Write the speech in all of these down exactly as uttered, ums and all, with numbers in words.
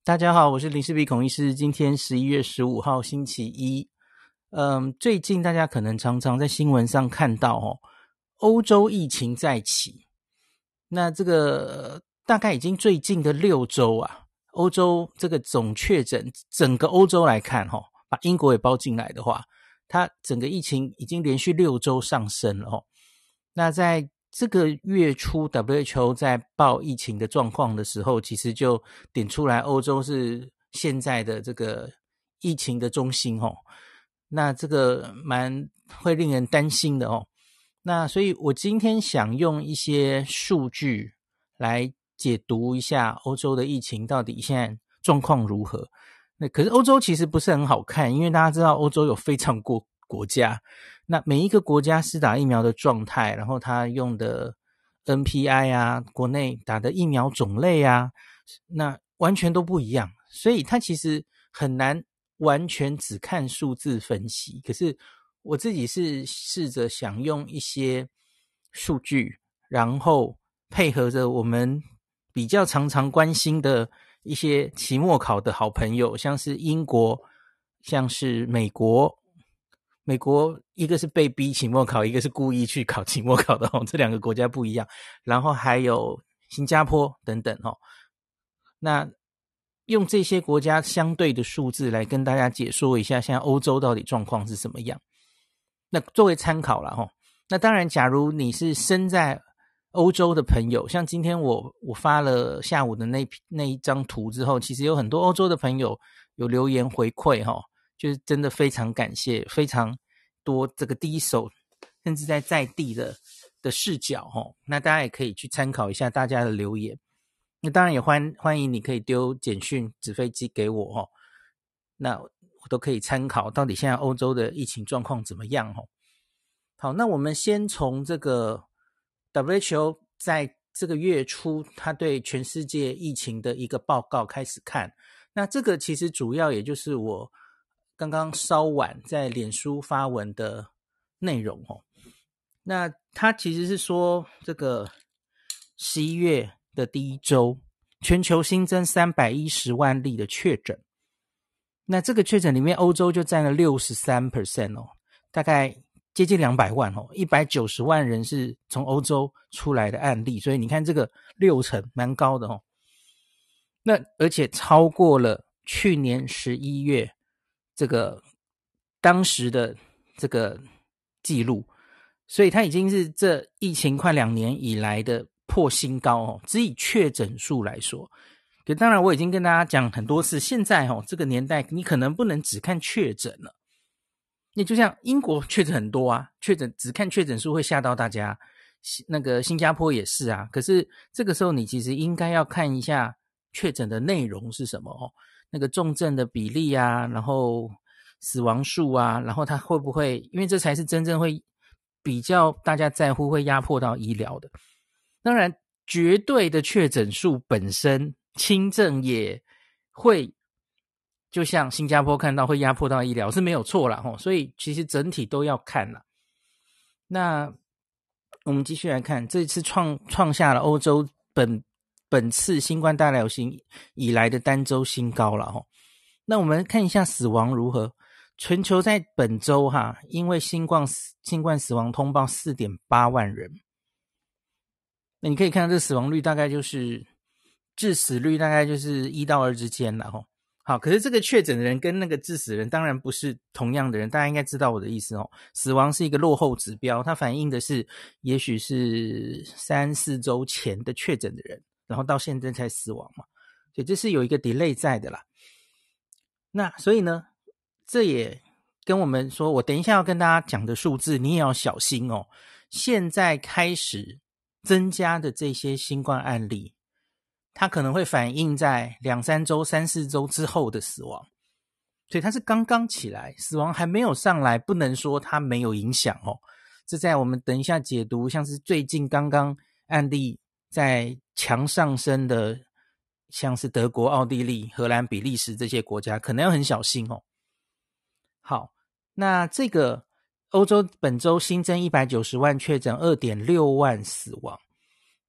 大家好，我是林氏璧孔医师。今天十一月十五号星期一。嗯，最近大家可能常常在新闻上看到哦，欧洲疫情再起。那这个大概已经最近的六周啊，欧洲这个总确诊，整个欧洲来看哦，把英国也包进来的话，它整个疫情已经连续六周上升了哦。那在这个月初 W H O 在报疫情的状况的时候，其实就点出来欧洲是现在的这个疫情的中心哦，那这个蛮会令人担心的哦。那所以我今天想用一些数据来解读一下欧洲的疫情到底现在状况如何。那可是欧洲其实不是很好看，因为大家知道欧洲有非常多国家，那每一个国家施打疫苗的状态，然后他用的 N P I 啊，国内打的疫苗种类啊，那完全都不一样，所以它其实很难完全只看数字分析。可是我自己是试着想用一些数据，然后配合着我们比较常常关心的一些期末考的好朋友，像是英国，像是美国。美国一个是被逼期末考，一个是故意去考期末考的哦，这两个国家不一样。然后还有新加坡等等哦。那用这些国家相对的数字来跟大家解说一下现在欧洲到底状况是什么样，那作为参考啦齁。那当然假如你是身在欧洲的朋友，像今天我我发了下午的那那一张图之后，其实有很多欧洲的朋友有留言回馈齁，就是真的非常感谢，非常多这个第一手甚至在在地的的视角齁。那大家也可以去参考一下大家的留言。那当然也欢欢迎你可以丢简讯纸飞机给我齁，那我都可以参考到底现在欧洲的疫情状况怎么样齁。好，那我们先从这个 W H O 在这个月初他对全世界疫情的一个报告开始看。那这个其实主要也就是我刚刚稍晚在脸书发文的内容哦。那他其实是说这个十一月的第一周全球新增三百一十万例的确诊，那这个确诊里面欧洲就占了 百分之六十三 哦，大概接近两百万哦，一百九十万人是从欧洲出来的案例，所以你看这个六成蛮高的哦。那而且超过了去年十一月这个当时的这个记录，所以它已经是这疫情快两年以来的破新高哦，只以确诊数来说。可当然我已经跟大家讲很多次，现在哦这个年代你可能不能只看确诊了。你就像英国确诊很多啊，确诊只看确诊数会吓到大家，那个新加坡也是啊。可是这个时候你其实应该要看一下确诊的内容是什么哦，那个重症的比例啊，然后死亡数啊，然后它会不会，因为这才是真正会比较大家在乎，会压迫到医疗的。当然绝对的确诊数本身轻症也会就像新加坡看到会压迫到医疗是没有错啦齁，所以其实整体都要看啦。那我们继续来看，这次创创下了欧洲本本次新冠大流行以来的单周新高了齁。那我们看一下死亡如何。全球在本周哈，因为新冠新冠死亡通报 四点八万人。那你可以看到这个死亡率大概就是致死率大概就是一到二之间啦齁。好，可是这个确诊的人跟那个致死人当然不是同样的人，大家应该知道我的意思哦。死亡是一个落后指标，它反映的是也许是三四周前的确诊的人，然后到现在才死亡嘛，所以这是有一个 delay 在的啦。那所以呢，这也跟我们说，我等一下要跟大家讲的数字你也要小心哦。现在开始增加的这些新冠案例，它可能会反映在两三周、三四周之后的死亡，所以它是刚刚起来，死亡还没有上来，不能说它没有影响哦。这在我们等一下解读，像是最近刚刚案例在强上升的，像是德国、奥地利、荷兰、比利时这些国家，可能要很小心哦。好，那这个欧洲本周新增一百九十万确诊， 二点六万死亡。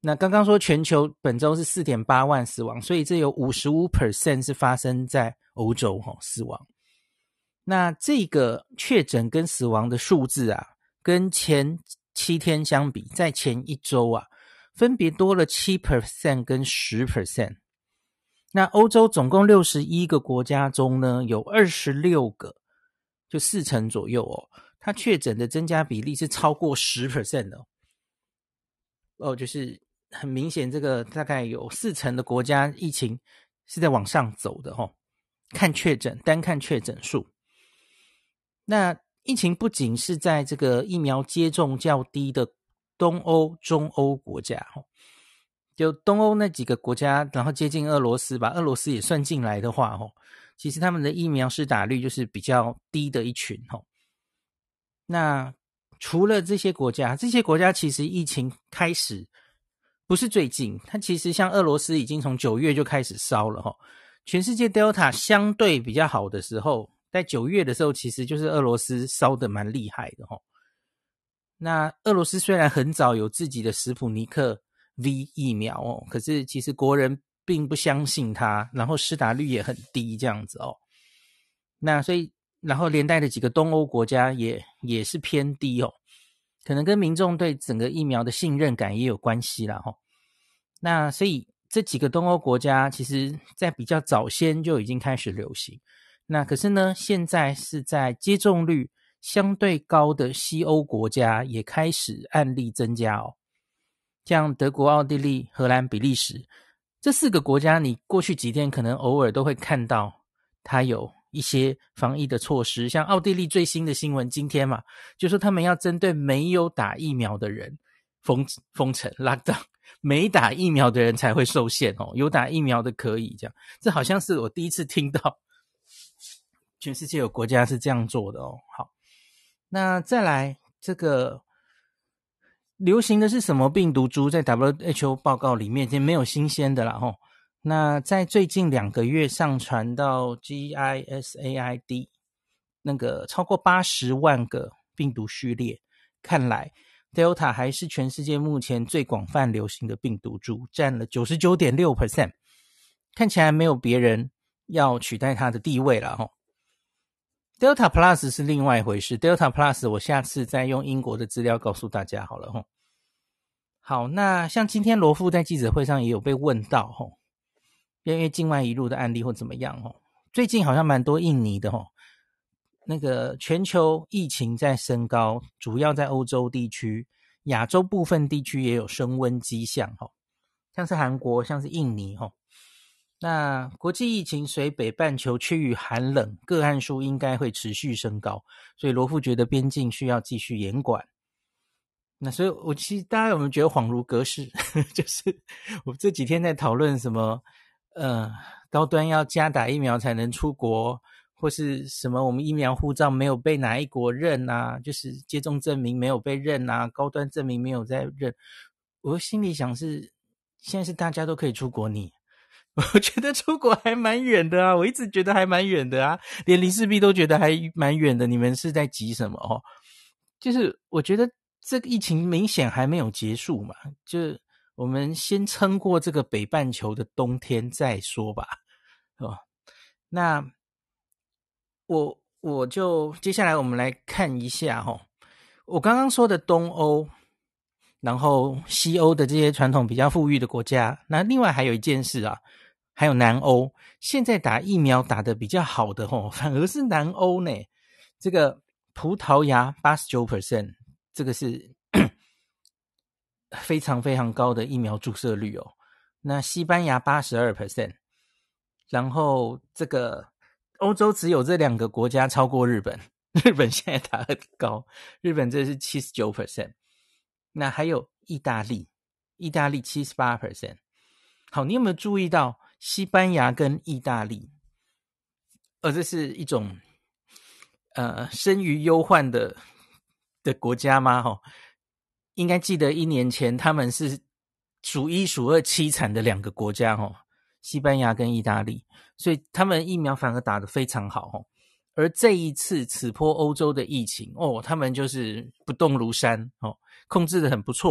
那刚刚说全球本周是 四点八万死亡，所以这有 百分之五十五 是发生在欧洲、哦、死亡。那这个确诊跟死亡的数字啊，跟前七天相比，在前一周啊，分别多了 百分之七 跟 百分之十。那欧洲总共六十一个国家中呢，有二十六个，就四成左右哦，它确诊的增加比例是超过 百分之十 的哦。哦，就是很明显，这个大概有四成的国家疫情是在往上走的哦。看确诊，单看确诊数。那疫情不仅是在这个疫苗接种较低的东欧、中欧国家哦，就东欧那几个国家，然后接近俄罗斯，把俄罗斯也算进来的话哦，其实他们的疫苗施打率就是比较低的一群哦。那除了这些国家，这些国家其实疫情开始不是最近，它其实像俄罗斯已经从九月就开始烧了齁。全世界 Delta 相对比较好的时候，在九月的时候，其实就是俄罗斯烧得蛮厉害的齁。那俄罗斯虽然很早有自己的史普尼克 V 疫苗哦，可是其实国人并不相信它，然后施打率也很低这样子哦。那所以然后连带的几个东欧国家也也是偏低哦，可能跟民众对整个疫苗的信任感也有关系啦齁。那所以这几个东欧国家其实在比较早先就已经开始流行，那可是呢，现在是在接种率相对高的西欧国家也开始案例增加哦，像德国、奥地利、荷兰、比利时这四个国家，你过去几天可能偶尔都会看到它有一些防疫的措施，像奥地利最新的新闻今天嘛，就说他们要针对没有打疫苗的人封封城 lockdown， 没打疫苗的人才会受限哦，有打疫苗的可以这样。这好像是我第一次听到全世界有国家是这样做的哦。好，那再来这个流行的是什么病毒株，在 W H O 报告里面已经没有新鲜的啦齁。那在最近两个月上传到 G I S A I D 那个超过八十万个病毒序列，看来 Delta 还是全世界目前最广泛流行的病毒株，占了 百分之九十九点六， 看起来没有别人要取代它的地位了齁。Delta Plus 是另外一回事， Delta Plus 我下次再用英国的资料告诉大家好了齁。好，那像今天罗富在记者会上也有被问到齁，因为境外移入的案例或怎么样齁，最近好像蛮多印尼的齁，那个全球疫情在升高，主要在欧洲地区，亚洲部分地区也有升温迹象齁，像是韩国，像是印尼齁。那国际疫情随北半球趋于寒冷，个案数应该会持续升高，所以罗富觉得边境需要继续严管。那所以我其实大家有没有觉得恍如隔世就是我这几天在讨论什么呃，高端要加打疫苗才能出国，或是什么我们疫苗护照没有被哪一国认啊，就是接种证明没有被认啊，高端证明没有在认。我心里想是现在是大家都可以出国，你我觉得出国还蛮远的啊，我一直觉得还蛮远的啊，连林世璧都觉得还蛮远的，你们是在急什么哦？就是我觉得这个疫情明显还没有结束嘛，就我们先撑过这个北半球的冬天再说吧，哦，那我我就接下来我们来看一下齁，我刚刚说的东欧，然后西欧的这些传统比较富裕的国家，那另外还有一件事啊，还有南欧，现在打疫苗打得比较好的齁，反而是南欧呢。这个葡萄牙 百分之八十九， 这个是非常非常高的疫苗注射率哦。那西班牙 百分之八十二， 然后这个欧洲只有这两个国家超过日本，日本现在打很高，日本这是 百分之七十九， 那还有意大利，意大利 百分之七十八。 好，你有没有注意到西班牙跟意大利，而这是一种呃生于忧患的的国家吗？齁，应该记得一年前他们是数一数二凄惨的两个国家齁，西班牙跟意大利，所以他们疫苗反而打得非常好齁。而这一次此波欧洲的疫情哦，他们就是不动如山哦，控制得很不错。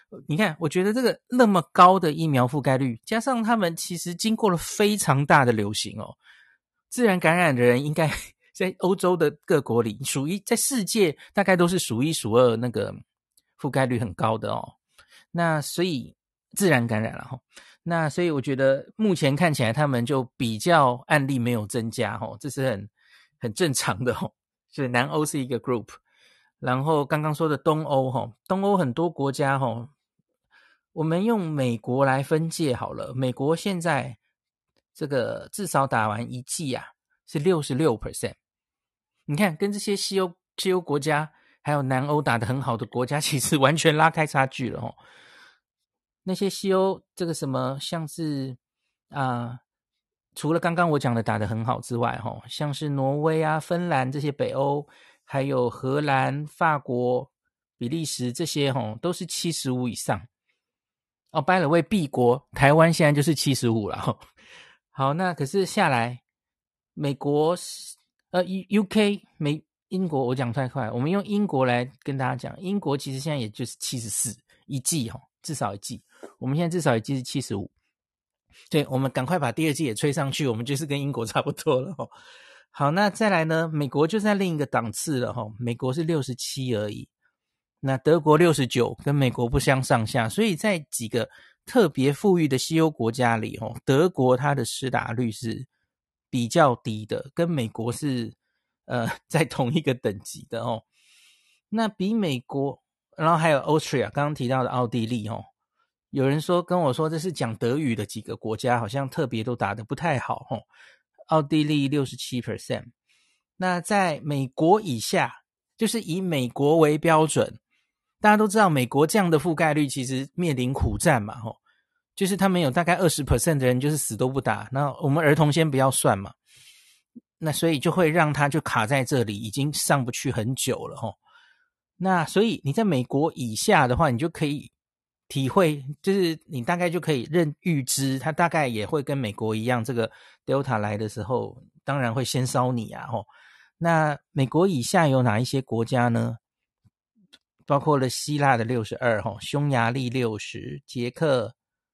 你看，我觉得这个那么高的疫苗覆盖率，加上他们其实经过了非常大的流行哦，自然感染的人应该在欧洲的各国里属于在世界大概都是数一数二那个覆盖率很高的哦。那所以自然感染了齁，那所以我觉得目前看起来他们就比较案例没有增加齁，这是很很正常的齁。所以南欧是一个 group， 然后刚刚说的东欧齁，东欧很多国家齁，我们用美国来分界好了，美国现在这个至少打完一剂啊是 百分之六十六， 你看跟这些西欧西欧国家还有南欧打得很好的国家其实完全拉开差距了齁。那些西欧这个什么像是啊、呃，除了刚刚我讲的打得很好之外齁，像是挪威啊、芬兰这些北欧，还有荷兰、法国、比利时这些齁都是七十五以上。哦 by the way 敝国台湾现在就是七十五了齁。好，那可是下来美国呃 U K 美英国我讲太快，我们用英国来跟大家讲，英国其实现在也就是七十四一剂齁，至少一剂，我们现在至少一剂是七十五，对，我们赶快把第二剂也吹上去，我们就是跟英国差不多了齁。好，那再来呢，美国就在另一个档次了齁，美国是六十七而已，那德国六十九，跟美国不相上下，所以在几个特别富裕的西欧国家里齁，德国它的施打率是比较低的，跟美国是呃在同一个等级的齁。那比美国，然后还有 Austria 刚刚提到的奥地利齁，有人说跟我说这是讲德语的几个国家好像特别都打得不太好齁。奥地利 百分之六十七， 那在美国以下，就是以美国为标准，大家都知道美国这样的覆盖率其实面临苦战嘛齁，就是他们有大概 百分之二十 的人就是死都不打，那我们儿童先不要算嘛，那所以就会让他就卡在这里，已经上不去很久了齁。那所以你在美国以下的话，你就可以体会，就是你大概就可以认预知，它大概也会跟美国一样，这个 Delta 来的时候当然会先烧你啊齁。那美国以下有哪一些国家呢？包括了希腊的六十二齁，匈牙利六十，捷克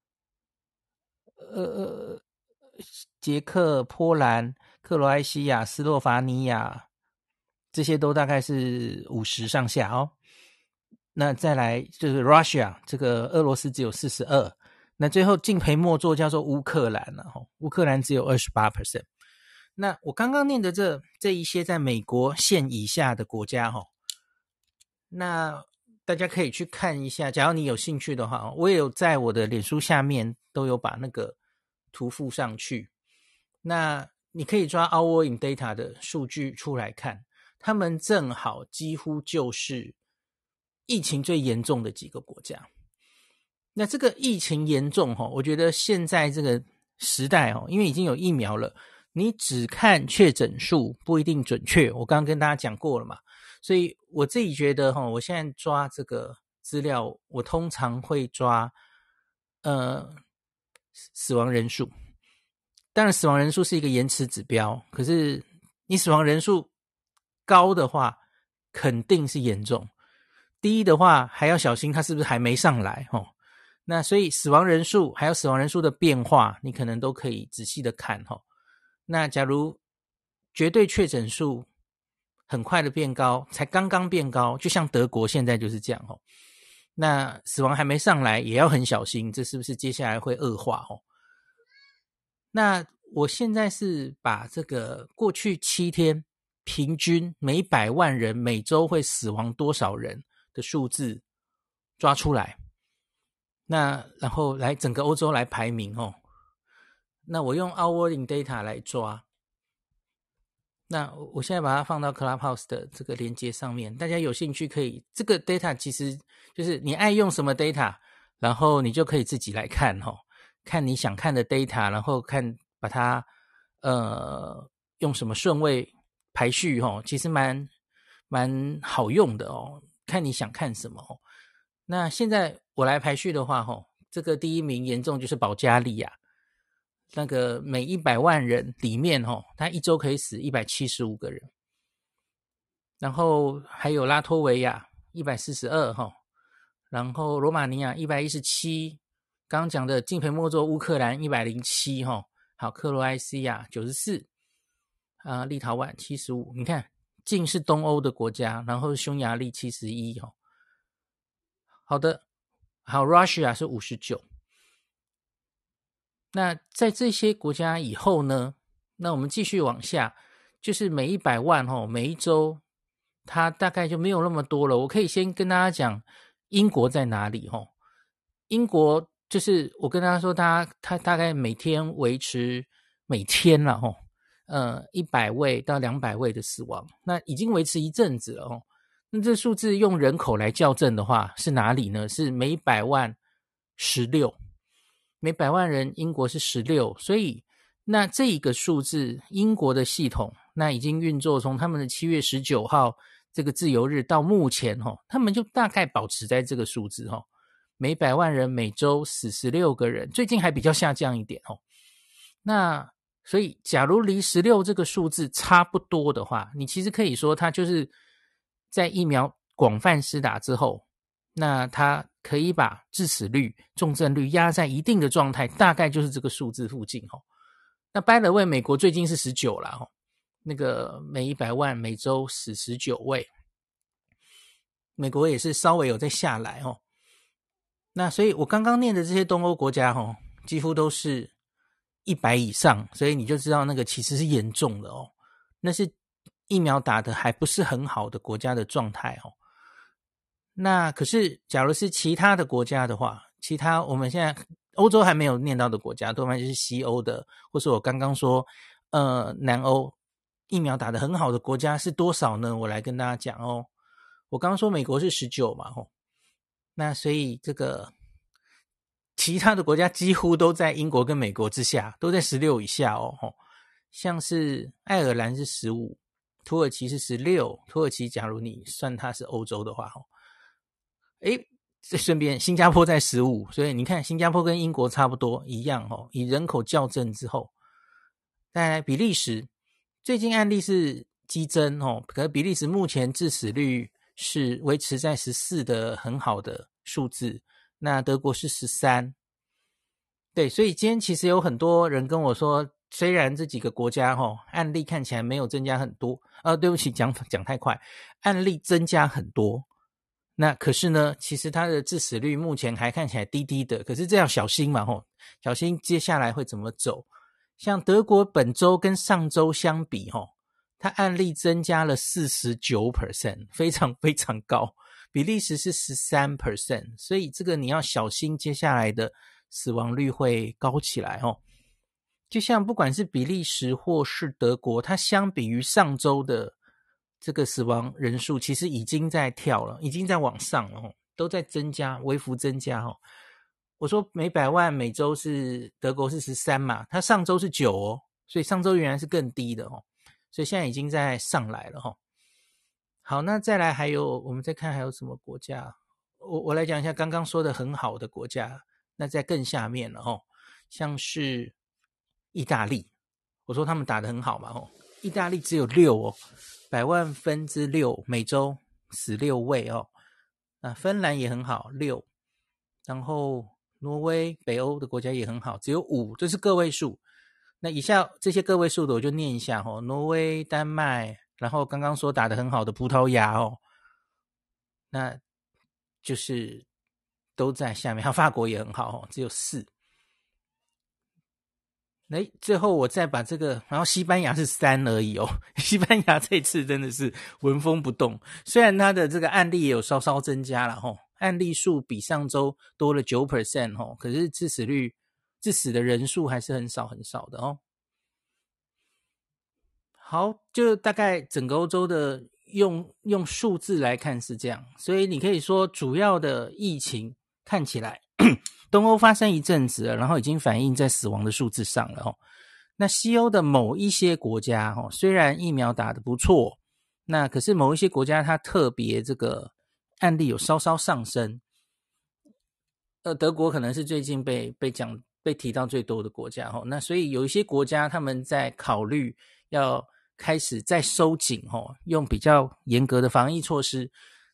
呃捷克、波兰、克罗埃西亚、斯洛伐尼亚，这些都大概是五十上下哦。那再来就是 Russia， 这个俄罗斯只有四十二，那最后敬陪末座叫做乌克兰了齁，乌克兰只有 百分之二十八。那我刚刚念的这这一些在美国线以下的国家齁，那大家可以去看一下，假如你有兴趣的话，我也有在我的脸书下面都有把那个图附上去，那你可以抓 Our in Data 的数据出来看，他们正好几乎就是疫情最严重的几个国家。那这个疫情严重齁，我觉得现在这个时代齁，因为已经有疫苗了，你只看确诊数不一定准确，我刚刚跟大家讲过了嘛，所以我自己觉得齁，我现在抓这个资料，我通常会抓呃死亡人数。当然死亡人数是一个延迟指标，可是你死亡人数高的话肯定是严重，低的话还要小心它是不是还没上来齁。那所以死亡人数还有死亡人数的变化你可能都可以仔细的看齁。那假如绝对确诊数很快的变高，才刚刚变高，就像德国现在就是这样齁，那死亡还没上来也要很小心，这是不是接下来会恶化齁。那我现在是把这个过去七天平均每百万人每周会死亡多少人的数字抓出来，那然后来整个欧洲来排名哦。那我用 Our in Data 来抓，那我现在把它放到 Clubhouse 的这个连接上面，大家有兴趣可以，这个 data 其实就是你爱用什么 data， 然后你就可以自己来看齁，看你想看的 data， 然后看把它呃用什么顺位排序齁，其实蛮蛮好用的哦，看你想看什么齁。那现在我来排序的话齁，这个第一名严重就是保加利亚，那个每一百万人里面齁，他一周可以死一百七十五个人。然后还有拉脱维亚一百四十二齁， 然后罗马尼亚一百一十七，刚刚讲的敬陪末座乌克兰一百零七齁，好，克罗埃西亚九十四，啊，立陶宛七十五，你看晋是东欧的国家，然后匈牙利七十一齁。好的，好 Russia 是五十九。那在这些国家以后呢，那我们继续往下，就是每一百万齁，每一周它大概就没有那么多了。我可以先跟大家讲英国在哪里齁。英国就是我跟大家说他他大概每天维持每天啦齁，呃一百位到两百位的死亡，那已经维持一阵子了齁。那这数字用人口来校正的话是哪里呢？是每百万十六，每百万人英国是十六，所以那这一个数字英国的系统那已经运作从他们的七月十九号这个自由日到目前齁，他们就大概保持在这个数字齁，每百万人每周死十六个人，最近还比较下降一点齁。那所以假如离十六这个数字差不多的话，你其实可以说它就是在疫苗广泛施打之后，那它可以把致死率、重症率压在一定的状态，大概就是这个数字附近齁。那 by the way 美国最近是十九啦齁，那个每一百万每周死十九位，美国也是稍微有在下来齁。那所以我刚刚念的这些东欧国家齁，几乎都是一百以上，所以你就知道那个其实是严重的哦，那是疫苗打的还不是很好的国家的状态哦。那可是假如是其他的国家的话，其他我们现在欧洲还没有念到的国家，多半就是西欧的，或是我刚刚说呃南欧疫苗打得很好的国家是多少呢？我来跟大家讲哦。我刚刚说美国是十九嘛齁，那所以这个其他的国家几乎都在英国跟美国之下，都在十六以下哦齁。像是爱尔兰是十五，土耳其是十六，土耳其假如你算它是欧洲的话齁。诶，这顺便新加坡在十五，所以你看新加坡跟英国差不多一样齁，以人口校正之后。再来比利时，最近案例是激增齁，可是比利时目前致死率是维持在十四的很好的数字，那德国是十三。对，所以今天其实有很多人跟我说，虽然这几个国家齁案例看起来没有增加很多，呃对不起讲讲太快，案例增加很多，那可是呢其实它的致死率目前还看起来低低的，可是这样小心嘛齁，小心接下来会怎么走。像德国本周跟上周相比齁，它案例增加了 百分之四十九， 非常非常高，比利时是 百分之十三， 所以这个你要小心接下来的死亡率会高起来齁。就像不管是比利时或是德国，它相比于上周的这个死亡人数其实已经在跳了，已经在往上了齁，都在增加，微幅增加齁。我说每百万每周是德国是十三嘛，它上周是九哦，所以上周原来是更低的哦，所以现在已经在上来了哦。好，那再来还有我们再看还有什么国家，我我来讲一下刚刚说的很好的国家，那在更下面了哦，像是意大利，我说他们打得很好嘛哦，意大利只有六哦，百万分之六，每周死六位哦。那芬兰也很好，六，然后挪威北欧的国家也很好，只有五，这是个位数。那以下这些个位数的我就念一下哦，挪威、丹麦，然后刚刚说打得很好的葡萄牙哦，那就是都在下面，还有法国也很好哦，只有四。诶，最后我再把这个，然后西班牙是三而已哦，西班牙这次真的是纹风不动，虽然它的这个案例也有稍稍增加了吼，案例数比上周多了 百分之九 吼，可是致死率致死的人数还是很少很少的哦。好，就大概整个欧洲的用用数字来看是这样，所以你可以说主要的疫情看起来东欧发生一阵子了，然后已经反映在死亡的数字上了哦。那西欧的某一些国家哦，虽然疫苗打得不错，那可是某一些国家它特别这个案例有稍稍上升。呃，德国可能是最近被被讲被提到最多的国家哦。那所以有一些国家他们在考虑要开始再收紧哦，用比较严格的防疫措施。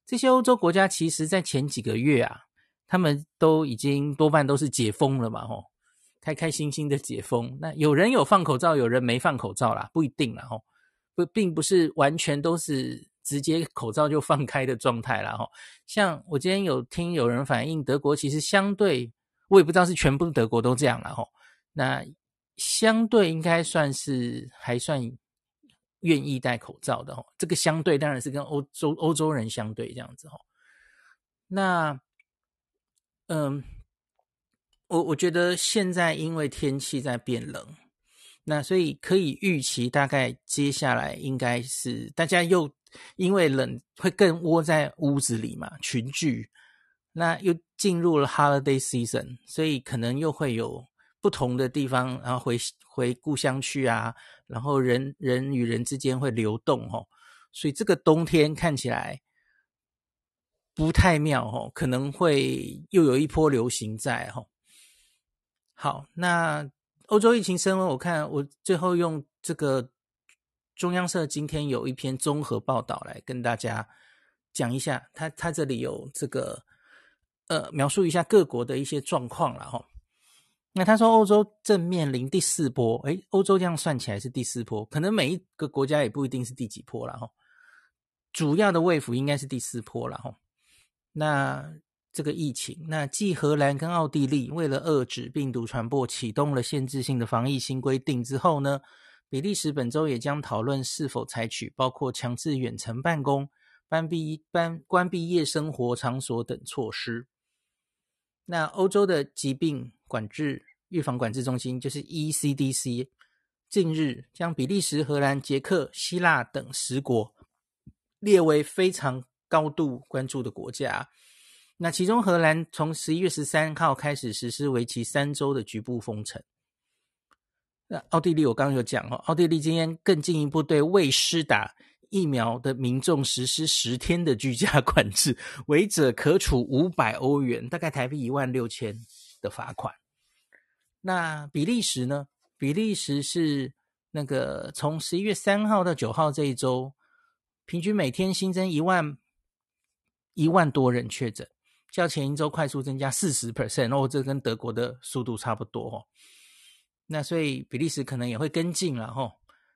这些欧洲国家其实在前几个月啊，他们都已经多半都是解封了嘛，吼，开开心心的解封。那有人有放口罩，有人没放口罩啦，不一定啦，吼，不，并不是完全都是直接口罩就放开的状态啦，吼。像我今天有听有人反映，德国其实相对，我也不知道是全部德国都这样啦，吼。那相对应该算是还算愿意戴口罩的，吼，这个相对当然是跟欧洲欧洲人相对这样子，吼。那嗯，我我觉得现在因为天气在变冷，那所以可以预期大概接下来应该是大家又因为冷会更窝在屋子里嘛，群聚，那又进入了 holiday season， 所以可能又会有不同的地方，然后回回故乡去啊，然后人人与人之间会流动哦，所以这个冬天看起来不太妙哦，可能会又有一波流行在哦。好，那欧洲疫情升温，我看我最后用这个中央社今天有一篇综合报道来跟大家讲一下，他他这里有这个呃描述一下各国的一些状况啦齁。那他说欧洲正面临第四波，诶，欧洲这样算起来是第四波，可能每一个国家也不一定是第几波啦齁。主要的wave应该是第四波啦齁。那这个疫情，那继荷兰跟奥地利为了遏制病毒传播启动了限制性的防疫新规定之后呢，比利时本周也将讨论是否采取包括强制远程办公、关闭关关闭夜生活场所等措施。那欧洲的疾病管制预防管制中心就是 E C D C 近日将比利时、荷兰、捷克、希腊等十国列为非常高度关注的国家。那其中荷兰从十一月十三号开始实施为期三周的局部封城。那奥地利我刚刚有讲哦，奥地利今天更进一步对未施打疫苗的民众实施十天的居家管制，违者可处五百欧元，大概台币一万六千的罚款。那比利时呢？比利时是那个从十一月三号到九号这一周，平均每天新增一万一万多人确诊，较前一周快速增加 百分之四十， 哦，这跟德国的速度差不多哦。那所以比利时可能也会跟进了哦。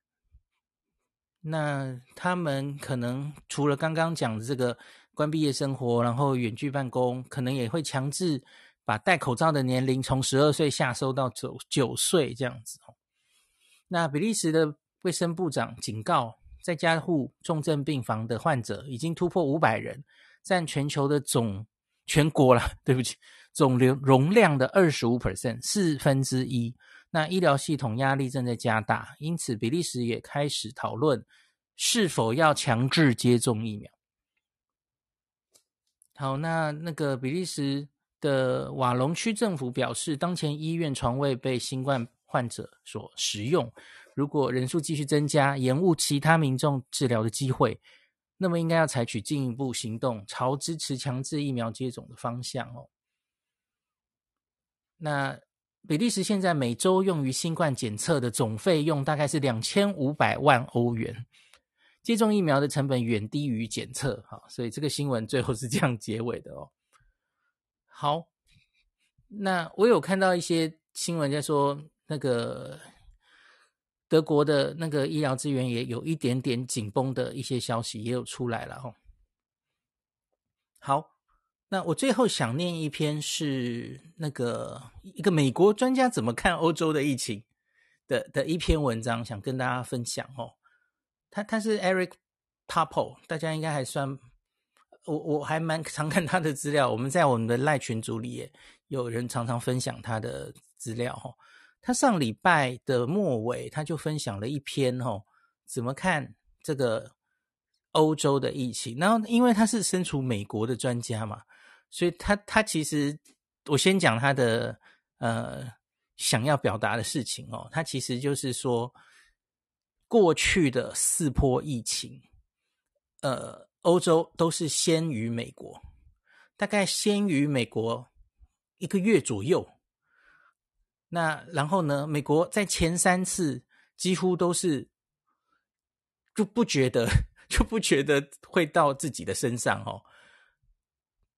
那他们可能除了刚刚讲的这个关闭夜生活，然后远距办公，可能也会强制把戴口罩的年龄从十二岁下收到九岁这样子。那比利时的卫生部长警告，在家护重症病房的患者已经突破五百人，占全球的总全国啦，对不起，总容量的 百分之二十五， 四分之一。那医疗系统压力正在加大，因此比利时也开始讨论是否要强制接种疫苗。好，那那个比利时的瓦隆区政府表示，当前医院床位被新冠患者所使用，如果人数继续增加，延误其他民众治疗的机会，那么应该要采取进一步行动，朝支持强制疫苗接种的方向哦。那比利时现在每周用于新冠检测的总费用大概是两千五百万欧元，接种疫苗的成本远低于检测，所以这个新闻最后是这样结尾的哦。好，那我有看到一些新闻在说，那个德国的那个医疗资源也有一点点紧绷的一些消息也有出来了哦。好。那我最后想念一篇是那个一个美国专家怎么看欧洲的疫情的的一篇文章，想跟大家分享哦。他他是 Eric Topol， 大家应该还算，我我还蛮常看他的资料，我们在我们的赖群组里也有人常常分享他的资料哦。他上礼拜的末尾他就分享了一篇哦，怎么看这个欧洲的疫情，然后因为他是身处美国的专家嘛，所以他他其实我先讲他的呃想要表达的事情哦，他其实就是说过去的四波疫情，呃，欧洲都是先于美国，大概先于美国一个月左右。那然后呢，美国在前三次几乎都是就不觉得就不觉得会到自己的身上哦。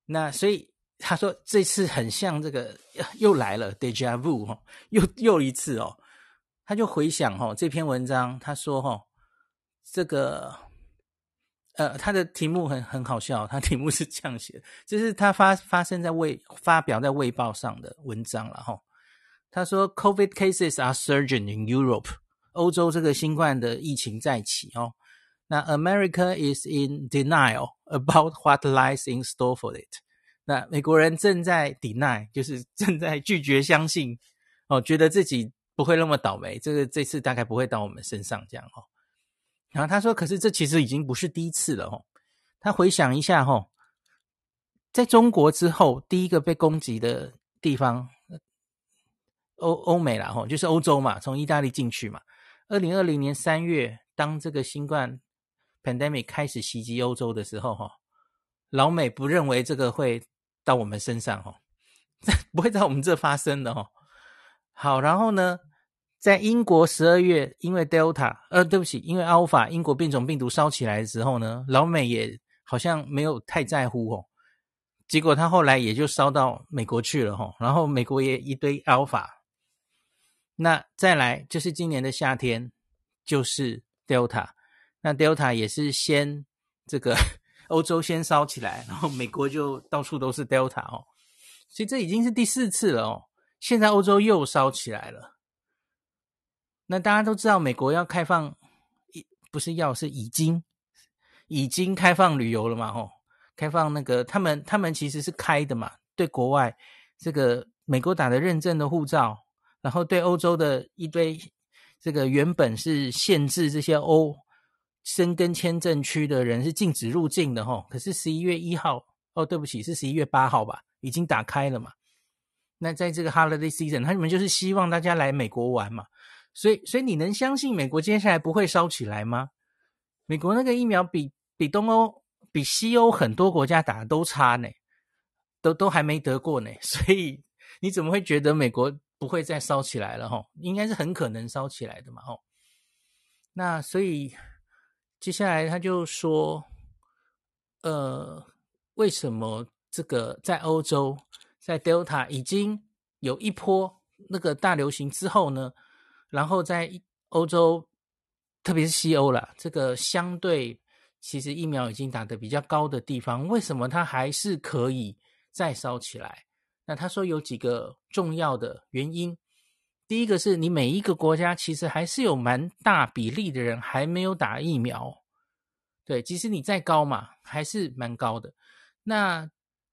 那所以他说这次很像这个又来了 déjà vu 哦，又又一次哦，他就回想哦这篇文章，他说哦这个呃他的题目很很好笑，他题目是这样写的，这是他发发生在卫发表在卫报上的文章了哈、哦。他说 COVID cases are surging in Europe， 欧洲这个新冠的疫情再起哦。那 America is in denial about what lies in store for it。那美国人正在 deny， 就是正在拒绝相信哦，觉得自己不会那么倒霉，这个这次大概不会到我们身上这样哦。然后他说，可是这其实已经不是第一次了哦。他回想一下哦，在中国之后，第一个被攻击的地方，欧欧美啦哦，就是欧洲嘛，从意大利进去嘛。二零二零年三月，当这个新冠pandemic 开始袭击欧洲的时候齁，老美不认为这个会到我们身上齁，不会在我们这发生的齁。好，然后呢，在英国十二月因为 Delta 呃对不起，因为 Alpha 英国变种病毒烧起来的时候呢，老美也好像没有太在乎齁，结果他后来也就烧到美国去了齁，然后美国也一堆 Alpha。那再来就是今年的夏天就是 Delta， 那 Delta 也是先这个欧洲先烧起来，然后美国就到处都是 Delta 哦，所以这已经是第四次了哦，现在欧洲又烧起来了。那大家都知道美国要开放，不是要是已经已经开放旅游了嘛哦，开放那个他们他们其实是开的嘛，对国外这个美国打的认证的护照，然后对欧洲的一堆这个原本是限制这些欧申根签证区的人是禁止入境的齁，可是十一月一号哦对不起是十一月八号吧，已经打开了嘛。那在这个 holiday season 他们就是希望大家来美国玩嘛，所以所以你能相信美国接下来不会烧起来吗？美国那个疫苗比比东欧比西欧很多国家打的都差呢，都都还没得过呢，所以你怎么会觉得美国不会再烧起来了齁？应该是很可能烧起来的嘛齁。那所以接下来他就说呃为什么这个在欧洲在 Delta 已经有一波那个大流行之后呢，然后在欧洲特别是西欧啦，这个相对其实疫苗已经打得比较高的地方，为什么它还是可以再烧起来？那他说有几个重要的原因，第一个是你每一个国家其实还是有蛮大比例的人还没有打疫苗，对，即使你再高嘛，还是蛮高的。那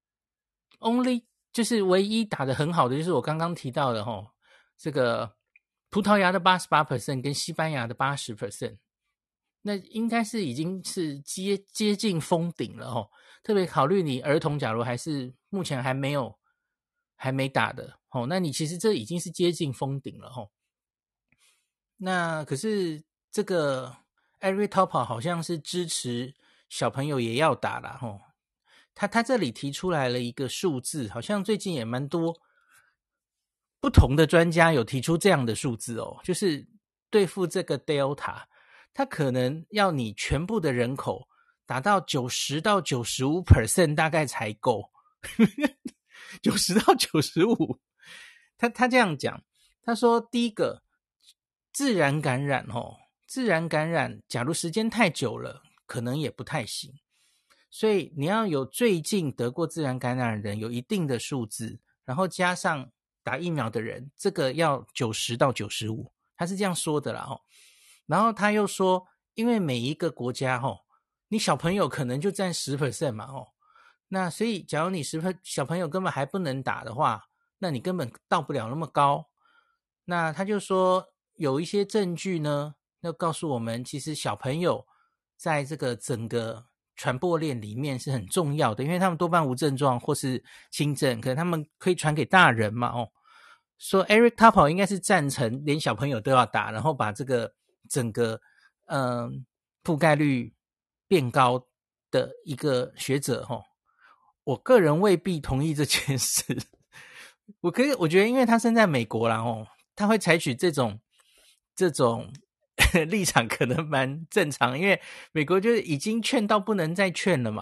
only 就是唯一打得很好的就是我刚刚提到的齁，这个葡萄牙的 百分之八十八 跟西班牙的 百分之八十， 那应该是已经是接接近封顶了齁，特别考虑你儿童假如还是目前还没有还没打的齁，那你其实这已经是接近封顶了齁。那可是这个 Eric Topol 好像是支持小朋友也要打啦齁，他他这里提出来了一个数字，好像最近也蛮多不同的专家有提出这样的数字哦，就是对付这个 Delta， 他可能要你全部的人口达到 百分之九十到百分之九十五 大概才够九十到百分之九十五， 他他这样讲，他说第一个自然感染哦，自然感染假如时间太久了可能也不太行，所以你要有最近得过自然感染的人有一定的数字，然后加上打疫苗的人，这个要九十到九十五，他是这样说的啦齁。然后他又说因为每一个国家齁，你小朋友可能就占 百分之十 嘛齁，那所以假如你十小朋友根本还不能打的话，那你根本到不了那么高。那他就说有一些证据呢，那告诉我们其实小朋友在这个整个传播链里面是很重要的，因为他们多半无症状或是轻症，可能他们可以传给大人嘛哦。说 Eric Topol 应该是赞成连小朋友都要打，然后把这个整个嗯、呃、覆盖率变高的一个学者齁。我个人未必同意这件事，我可以我觉得因为他生在美国啦齁，他会采取这种这种立场可能蛮正常，因为美国就是已经劝到不能再劝了嘛，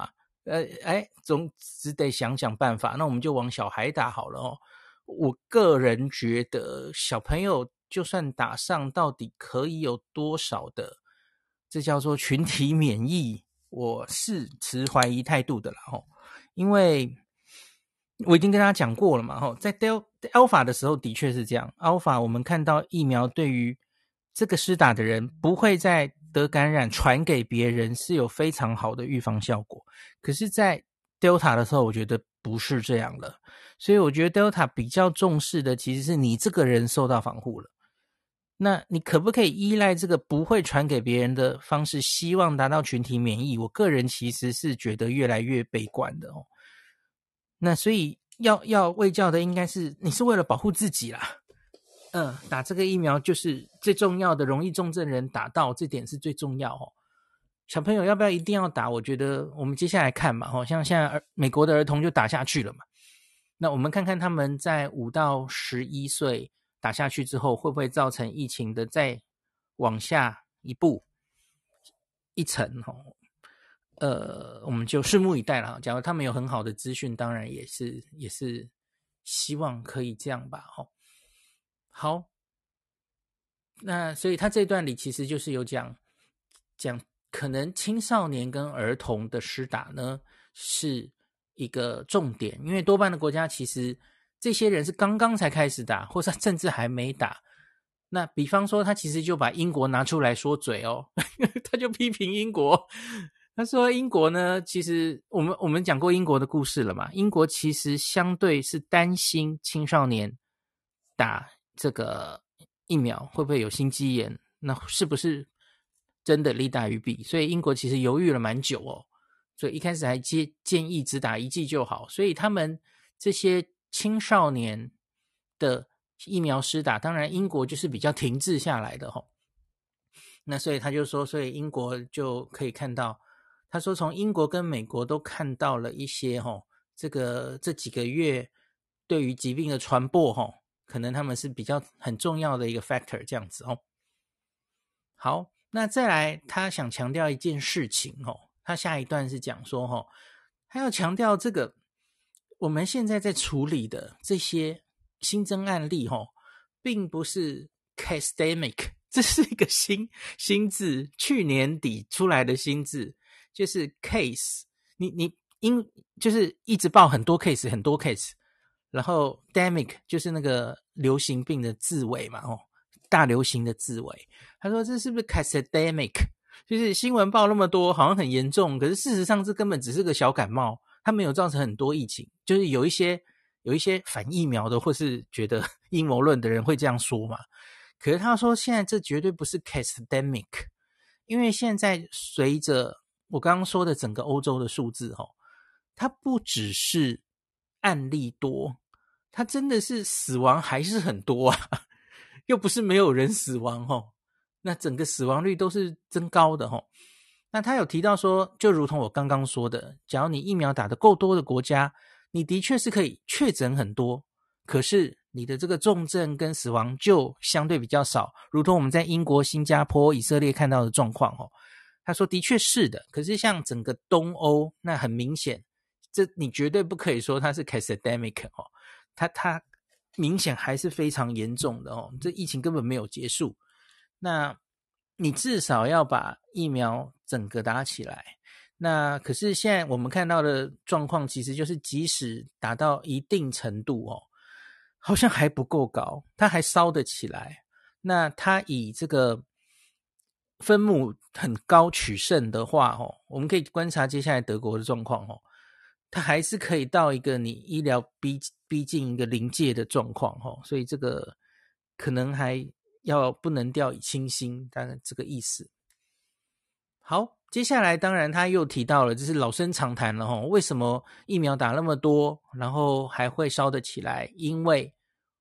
呃，哎，总只得想想办法。那我们就往小孩打好了哦。我个人觉得，小朋友就算打上，到底可以有多少的，这叫做群体免疫？我是持怀疑态度的啦哦，因为我已经跟大家讲过了嘛吼，在 Del Alpha 的时候的确是这样 ，Alpha 我们看到疫苗对于这个施打的人不会再得感染传给别人，是有非常好的预防效果。可是在 Delta 的时候我觉得不是这样了，所以我觉得 Delta 比较重视的其实是你这个人受到防护了，那你可不可以依赖这个不会传给别人的方式，希望达到群体免疫？我个人其实是觉得越来越悲观的哦。那所以要要卫教的应该是你是为了保护自己啦，嗯，打这个疫苗就是最重要的，容易重症人打到，这点是最重要哦。小朋友要不要一定要打？我觉得我们接下来看嘛，哦，像现在美国的儿童就打下去了嘛，那我们看看他们在五到十一岁打下去之后，会不会造成疫情的再往下一步一层哦。呃，我们就拭目以待了。假如他们有很好的资讯，当然也是也是希望可以这样吧。哦，好，那所以他这段里其实就是有讲讲，可能青少年跟儿童的施打呢是一个重点，因为多半的国家其实这些人是刚刚才开始打，或者甚至还没打。那比方说，他其实就把英国拿出来说嘴哦，他就批评英国。他说英国呢，其实我们我们讲过英国的故事了嘛，英国其实相对是担心青少年打这个疫苗会不会有心肌炎，那是不是真的利大于弊？所以英国其实犹豫了蛮久哦，所以一开始还建建议只打一剂就好，所以他们这些青少年的疫苗施打，当然英国就是比较停滞下来的哦。那所以他就说，所以英国就可以看到，他说从英国跟美国都看到了一些哦，这个这几个月对于疾病的传播哦，可能他们是比较很重要的一个 factor 这样子哦。好，那再来他想强调一件事情哦，他下一段是讲说哦，他要强调这个我们现在在处理的这些新增案例哦，并不是 casdemic， 这是一个新新字，去年底出来的新字，就是 case， 你你因就是一直报很多 case 很多 case， 然后 demic 就是那个流行病的字尾嘛哦，大流行的字尾。他说这是不是 casdemic， 就是新闻报那么多好像很严重，可是事实上这根本只是个小感冒，它没有造成很多疫情，就是有一些有一些反疫苗的或是觉得阴谋论的人会这样说嘛。可是他说现在这绝对不是 casdemic， 因为现在随着我刚刚说的整个欧洲的数字哦，它不只是案例多，它真的是死亡还是很多啊，又不是没有人死亡哦，那整个死亡率都是增高的哦。那他有提到说，就如同我刚刚说的，假如你疫苗打得够多的国家，你的确是可以确诊很多，可是你的这个重症跟死亡就相对比较少，如同我们在英国、新加坡、以色列看到的状况哦。他说的确是的，可是像整个东欧，那很明显，这你绝对不可以说它是 casdemic 哦，它它明显还是非常严重的哦，这疫情根本没有结束。那你至少要把疫苗整个打起来。那可是现在我们看到的状况，其实就是即使达到一定程度哦，好像还不够高，它还烧得起来。那它以这个分母很高取胜的话哦，我们可以观察接下来德国的状况哦，它还是可以到一个你医疗逼逼近一个临界的状况哦，所以这个可能还要不能掉以轻心，大概这个意思。好，接下来当然他又提到了，这是老生常谈了齁，为什么疫苗打那么多，然后还会烧得起来？因为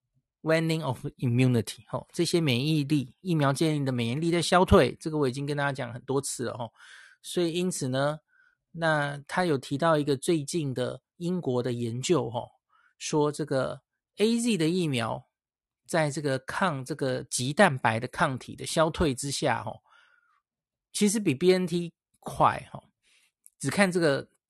waning of immunity 齁，这些免疫力，疫苗建立的免疫力在消退，这个我已经跟大家讲很多次了齁。所以因此呢，那他有提到一个最近的英国的研究齁，说这个 A Z 的疫苗在这个抗这个棘蛋白的抗体的消退之下齁，其实比 B N T 快齁，只看这个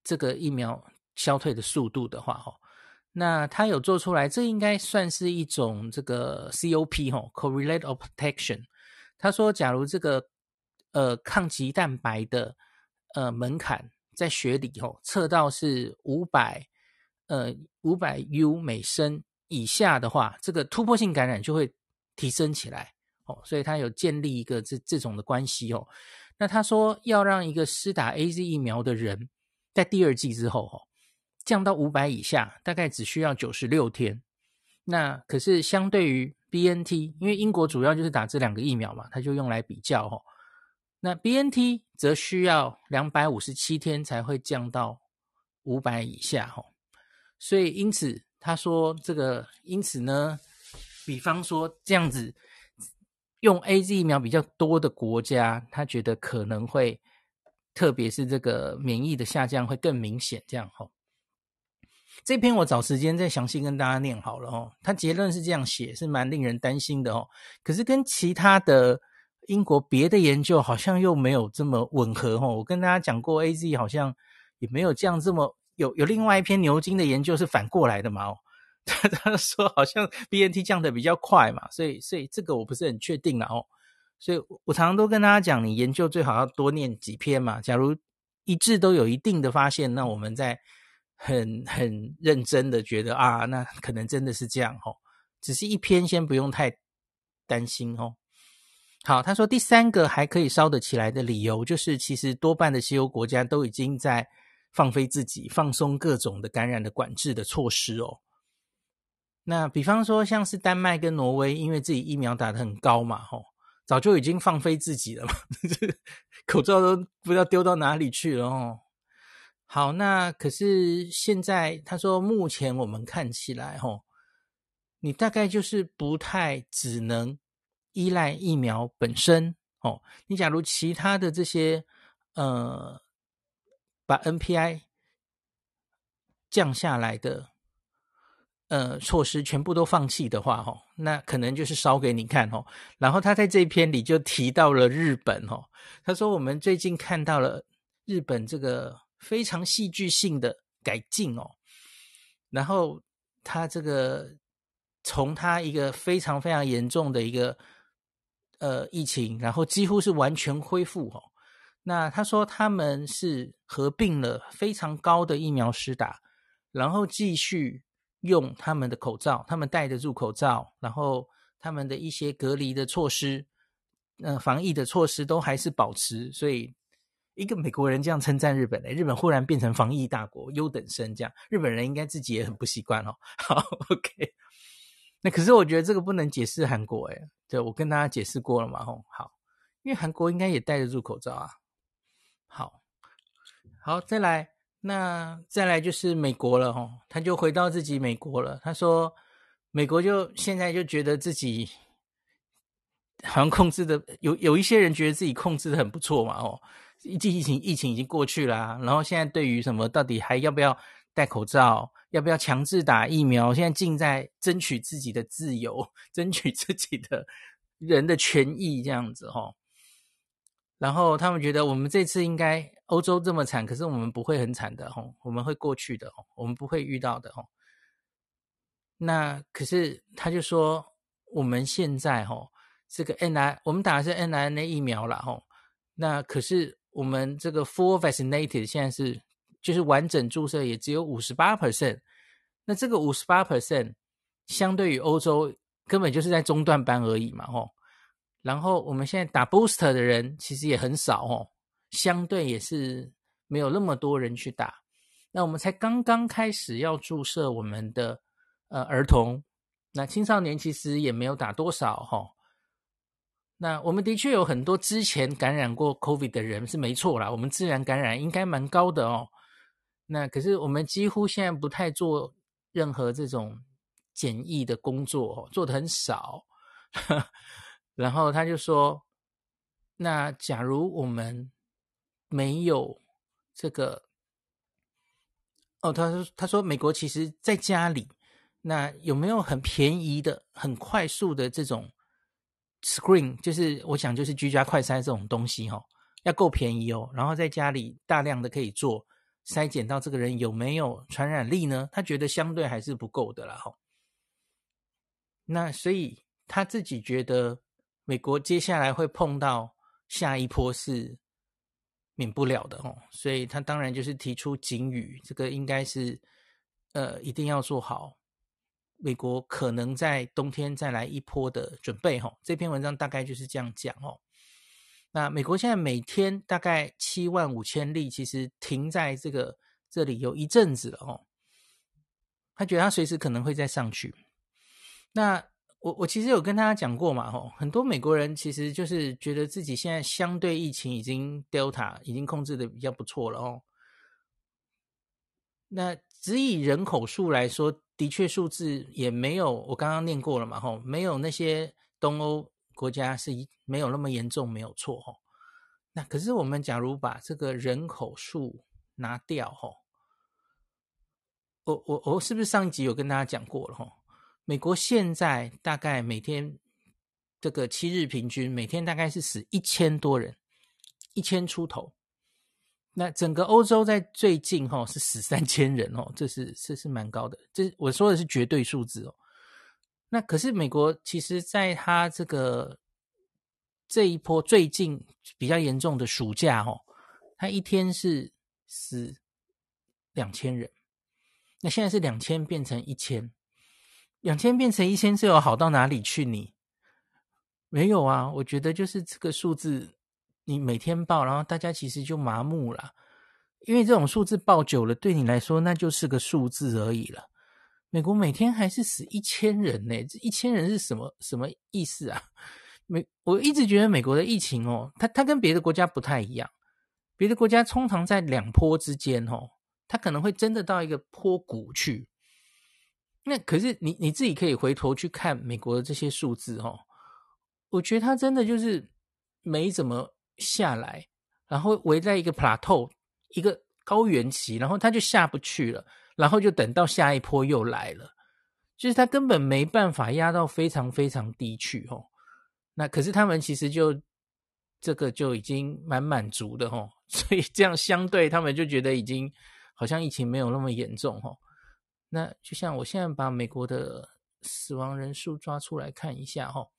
这个疫苗消退的速度的话齁，那他有做出来，这应该算是一种这个 C O P 齁 Correlate of Protection。他说假如这个呃抗击蛋白的呃门槛在血里齁测到是五百呃五百 U 每升以下的话，这个突破性感染就会提升起来哦，所以他有建立一个这这种的关系哦。那他说要让一个施打 A Z 疫苗的人在第二剂之后哦降到五百以下，大概只需要九十六天。那可是相对于 B N T， 因为英国主要就是打这两个疫苗嘛，他就用来比较哦。那 B N T 则需要两百五十七天才会降到五百以下哦。所以因此他说这个因此呢，比方说这样子用 A Z 疫苗比较多的国家，他觉得可能会特别是这个免疫的下降会更明显这样齁。这篇我找时间再详细跟大家念好了齁，他结论是这样写，是蛮令人担心的齁。可是跟其他的英国别的研究好像又没有这么吻合齁。我跟大家讲过 A Z 好像也没有这样这么有有另外一篇牛津的研究是反过来的嘛哦。他说好像 B N T 降得比较快嘛，所以所以这个我不是很确定啦哦。所以我常常都跟大家讲，你研究最好要多念几篇嘛，假如一致都有一定的发现，那我们再很很认真的觉得啊，那可能真的是这样齁。只是一篇先不用太担心齁。好，他说第三个还可以烧得起来的理由，就是其实多半的西欧国家都已经在放飞自己，放松各种的感染的管制的措施哦。那比方说像是丹麦跟挪威，因为自己疫苗打得很高嘛齁，早就已经放飞自己了嘛，口罩都不知道丢到哪里去了齁。好，那可是现在他说目前我们看起来齁，你大概就是不太只能依赖疫苗本身哦。你假如其他的这些呃把 N P I 降下来的呃措施全部都放弃的话齁，那可能就是烧给你看齁。然后他在这篇里就提到了日本齁，他说我们最近看到了日本这个非常戏剧性的改进哦。然后他这个从他一个非常非常严重的一个呃疫情，然后几乎是完全恢复哦。那他说他们是合并了非常高的疫苗施打，然后继续用他们的口罩，他们戴得住口罩，然后他们的一些隔离的措施呃防疫的措施都还是保持。所以一个美国人这样称赞日本，日本忽然变成防疫大国，优等生这样，日本人应该自己也很不习惯哦。好 OK， 那可是我觉得这个不能解释韩国诶，对，我跟大家解释过了嘛吼。好，因为韩国应该也戴得住口罩啊。好好，再来，那再来就是美国了吼，他就回到自己美国了。他说美国就现在就觉得自己好像控制的有有一些人觉得自己控制的很不错嘛哦，疫情疫情已经过去了啊，然后现在对于什么到底还要不要戴口罩，要不要强制打疫苗，现在尽在争取自己的自由，争取自己的人的权益这样子哦。然后他们觉得我们这次应该欧洲这么惨，可是我们不会很惨的哦，我们会过去的哦，我们不会遇到的哦。那可是他就说我们现在哦这个 N I 我们打的是 N I N A 疫苗啦齁，那可是我们这个 full vaccinated 现在是就是完整注射也只有 百分之五十八， 那这个 百分之五十八 相对于欧洲根本就是在中段班而已嘛齁。然后我们现在打 booster 的人其实也很少齁，相对也是没有那么多人去打。那我们才刚刚开始要注射我们的呃儿童，那青少年其实也没有打多少齁。那我们的确有很多之前感染过 COVID 的人是没错啦，我们自然感染应该蛮高的哦。那可是我们几乎现在不太做任何这种检疫的工作，做得很少。然后他就说，那假如我们没有这个哦，他说他说美国其实在家里，那有没有很便宜的、很快速的这种 screen， 就是我想就是居家快筛这种东西齁，要够便宜哦，然后在家里大量的可以做， 筛检到这个人有没有传染力呢？他觉得相对还是不够的啦齁。那所以他自己觉得美国接下来会碰到下一波是免不了的齁，所以他当然就是提出警语，这个应该是呃一定要做好美国可能在冬天再来一波的准备齁。这篇文章大概就是这样讲齁。那美国现在每天大概七万五千例，其实停在这个这里有一阵子了哦。他觉得他随时可能会再上去。那我我其实有跟大家讲过嘛，吼，很多美国人其实就是觉得自己现在相对疫情已经 Delta 已经控制的比较不错了哦。那只以人口数来说，的确数字也没有我刚刚念过了嘛，吼，没有那些东欧国家是没有那么严重，没有错齁。那可是我们假如把这个人口数拿掉齁，我我我是不是上一集有跟大家讲过了齁？美国现在大概每天这个七日平均每天大概是死一千多人，一千出头。那整个欧洲在最近齁是死三千人齁，这是这是蛮高的，这我说的是绝对数字哦。那可是美国其实在它这个这一波最近比较严重的暑假哦，它一天是死两千人，那现在是两千变成一千，两千变成一千是有好到哪里去你？没有啊，我觉得就是这个数字你每天报，然后大家其实就麻木了，因为这种数字报久了对你来说那就是个数字而已了。美国每天还是死一千人呢，这一千人是什么什么意思啊？美我一直觉得美国的疫情哦，它它跟别的国家不太一样，别的国家通常在两波之间哦，它可能会真的到一个坡谷去。那可是你你自己可以回头去看美国的这些数字哦，我觉得它真的就是没怎么下来，然后围在一个 plateau 一个高原期，然后它就下不去了。然后就等到下一波又来了，就是他根本没办法压到非常非常低去哦。那可是他们其实就这个就已经蛮满足的哦，所以这样相对他们就觉得已经好像疫情没有那么严重哦。那就像我现在把美国的死亡人数抓出来看一下哦，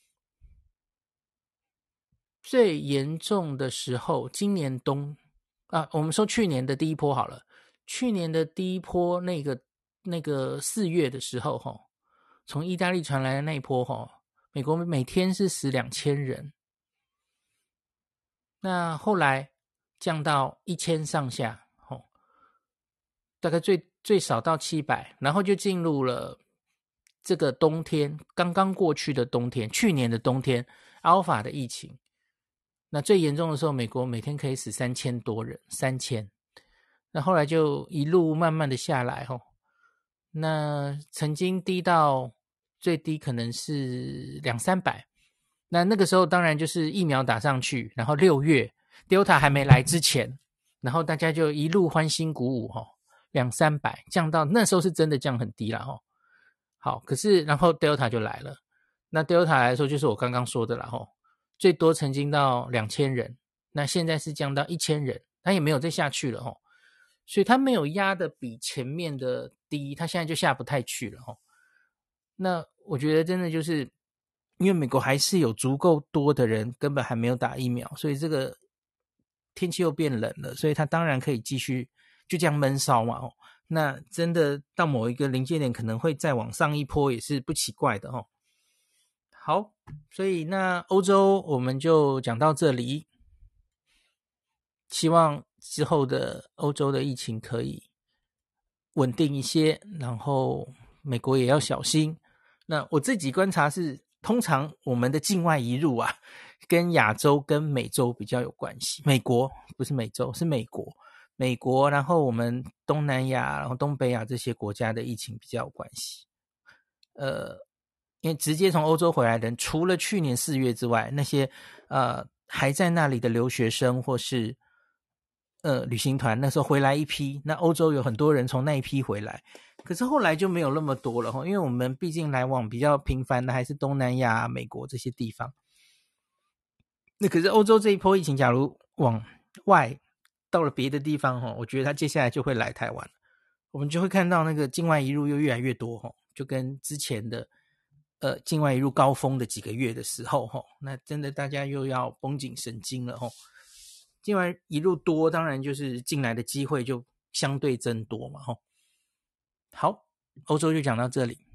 最严重的时候，今年冬啊，我们说去年的第一波好了。去年的第一波那个那个四月的时候齁，从意大利传来的那一波齁，美国每天是死两千人。那后来降到一千上下齁，大概最最少到七百，然后就进入了这个冬天，刚刚过去的冬天，去年的冬天 Alpha 的疫情。那最严重的时候，美国每天可以死三千多人，三千。那后来就一路慢慢的下来齁，那曾经低到最低可能是两三百，那那个时候当然就是疫苗打上去，然后六月 Delta 还没来之前，然后大家就一路欢欣鼓舞齁，两三百降到那时候是真的降很低啦齁。好，可是然后 Delta 就来了，那 Delta 来说就是我刚刚说的啦齁，最多曾经到两千人，那现在是降到一千人，它也没有再下去了齁。所以它没有压的比前面的低，它现在就下不太去了齁。那我觉得真的就是因为美国还是有足够多的人根本还没有打疫苗，所以这个天气又变冷了，所以它当然可以继续就这样闷烧嘛齁。那真的到某一个临界点可能会再往上一波也是不奇怪的齁。好，所以那欧洲我们就讲到这里，希望之后的欧洲的疫情可以稳定一些，然后美国也要小心。那我自己观察是，通常我们的境外移入啊，跟亚洲跟美洲比较有关系。美国不是美洲，是美国。美国，然后我们东南亚，然后东北亚这些国家的疫情比较有关系。呃，因为直接从欧洲回来的人，除了去年四月之外，那些呃还在那里的留学生或是呃旅行团，那时候回来一批，那欧洲有很多人从那一批回来，可是后来就没有那么多了，因为我们毕竟来往比较频繁的还是东南亚、美国这些地方。那可是欧洲这一波疫情，假如往外到了别的地方哈，我觉得它接下来就会来台湾，我们就会看到那个境外移入又越来越多哈，就跟之前的呃境外移入高峰的几个月的时候哈，那真的大家又要绷紧神经了哈。境外移入多，当然就是进来的机会就相对增多嘛哈。好，欧洲就讲到这里。